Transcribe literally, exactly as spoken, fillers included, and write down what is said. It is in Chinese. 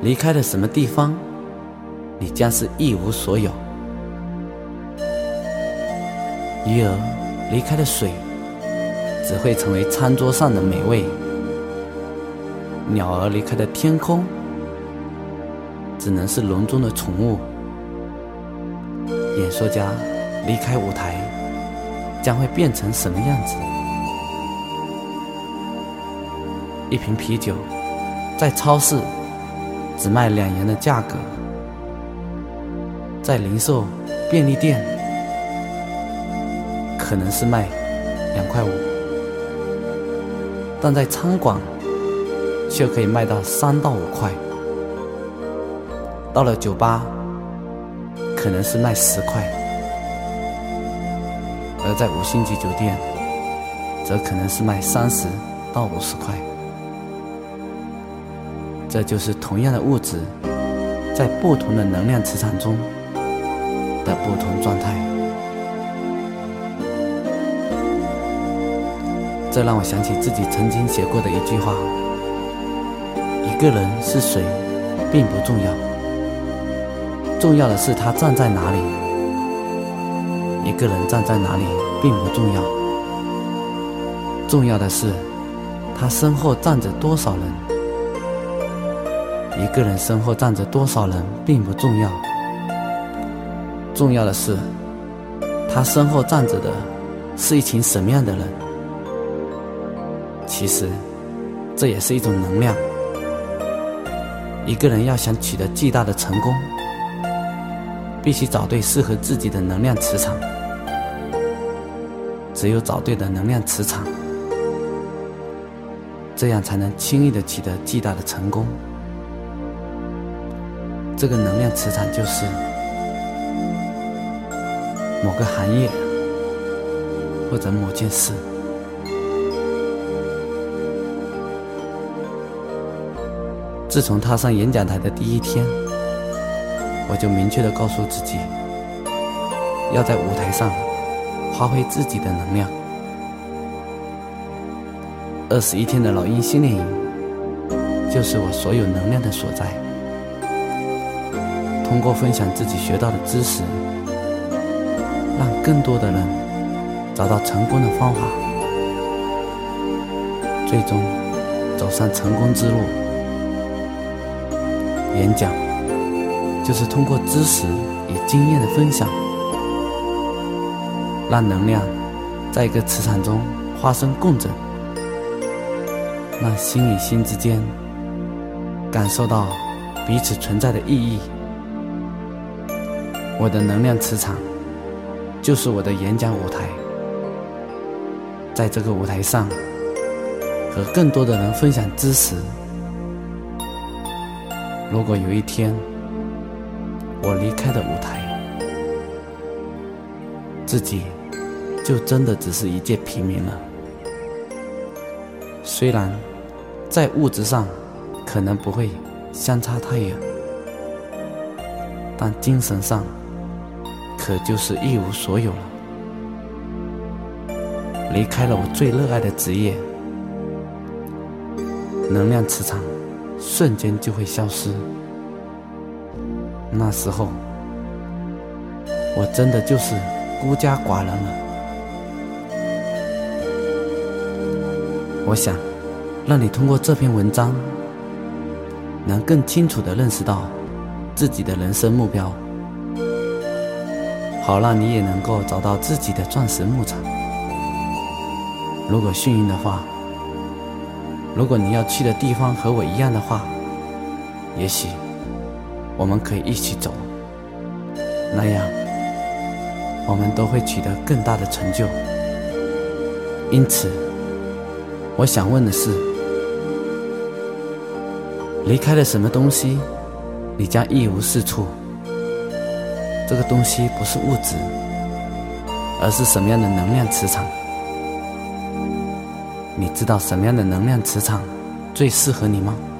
离开了什么地方，你将是一无所有。鱼儿离开了水，只会成为餐桌上的美味；鸟儿离开了天空，只能是笼中的宠物。演说家离开舞台，将会变成什么样子？一瓶啤酒在超市只卖两元的价格，在零售便利店可能是卖两块五，但在餐馆却可以卖到三到五块。到了酒吧可能是卖十块，而在五星级酒店则可能是卖三十到五十块。这就是同样的物质在不同的能量磁场中的不同状态。这让我想起自己曾经写过的一句话：一个人是谁并不重要，重要的是他站在哪里。一个人站在哪里并不重要，重要的是他身后站着多少人。一个人身后站着多少人并不重要，重要的是他身后站着的是一群什么样的人。其实这也是一种能量。一个人要想取得巨大的成功，必须找对适合自己的能量磁场。只有找对的能量磁场，这样才能轻易地取得巨大的成功。这个能量磁场就是某个行业或者某件事。自从踏上演讲台的第一天，我就明确地告诉自己，要在舞台上发挥自己的能量。二十一天的老鹰训练营就是我所有能量的所在。通过分享自己学到的知识，让更多的人找到成功的方法，最终走上成功之路。演讲就是通过知识与经验的分享，让能量在一个磁场中发生共振，让心与心之间感受到彼此存在的意义。我的能量磁场就是我的演讲舞台，在这个舞台上和更多的人分享知识。如果有一天我离开了舞台，自己就真的只是一介平民了。虽然在物质上可能不会相差太远，但精神上可就是一无所有了。离开了我最热爱的职业，能量磁场瞬间就会消失。那时候我真的就是孤家寡人了。我想让你通过这篇文章能更清楚地认识到自己的人生目标，好让你也能够找到自己的钻石牧场。如果幸运的话，如果你要去的地方和我一样的话，也许我们可以一起走，那样我们都会取得更大的成就。因此我想问的是，离开了什么东西，你将一无是处？这个东西不是物质，而是什么样的能量磁场？你知道什么样的能量磁场最适合你吗？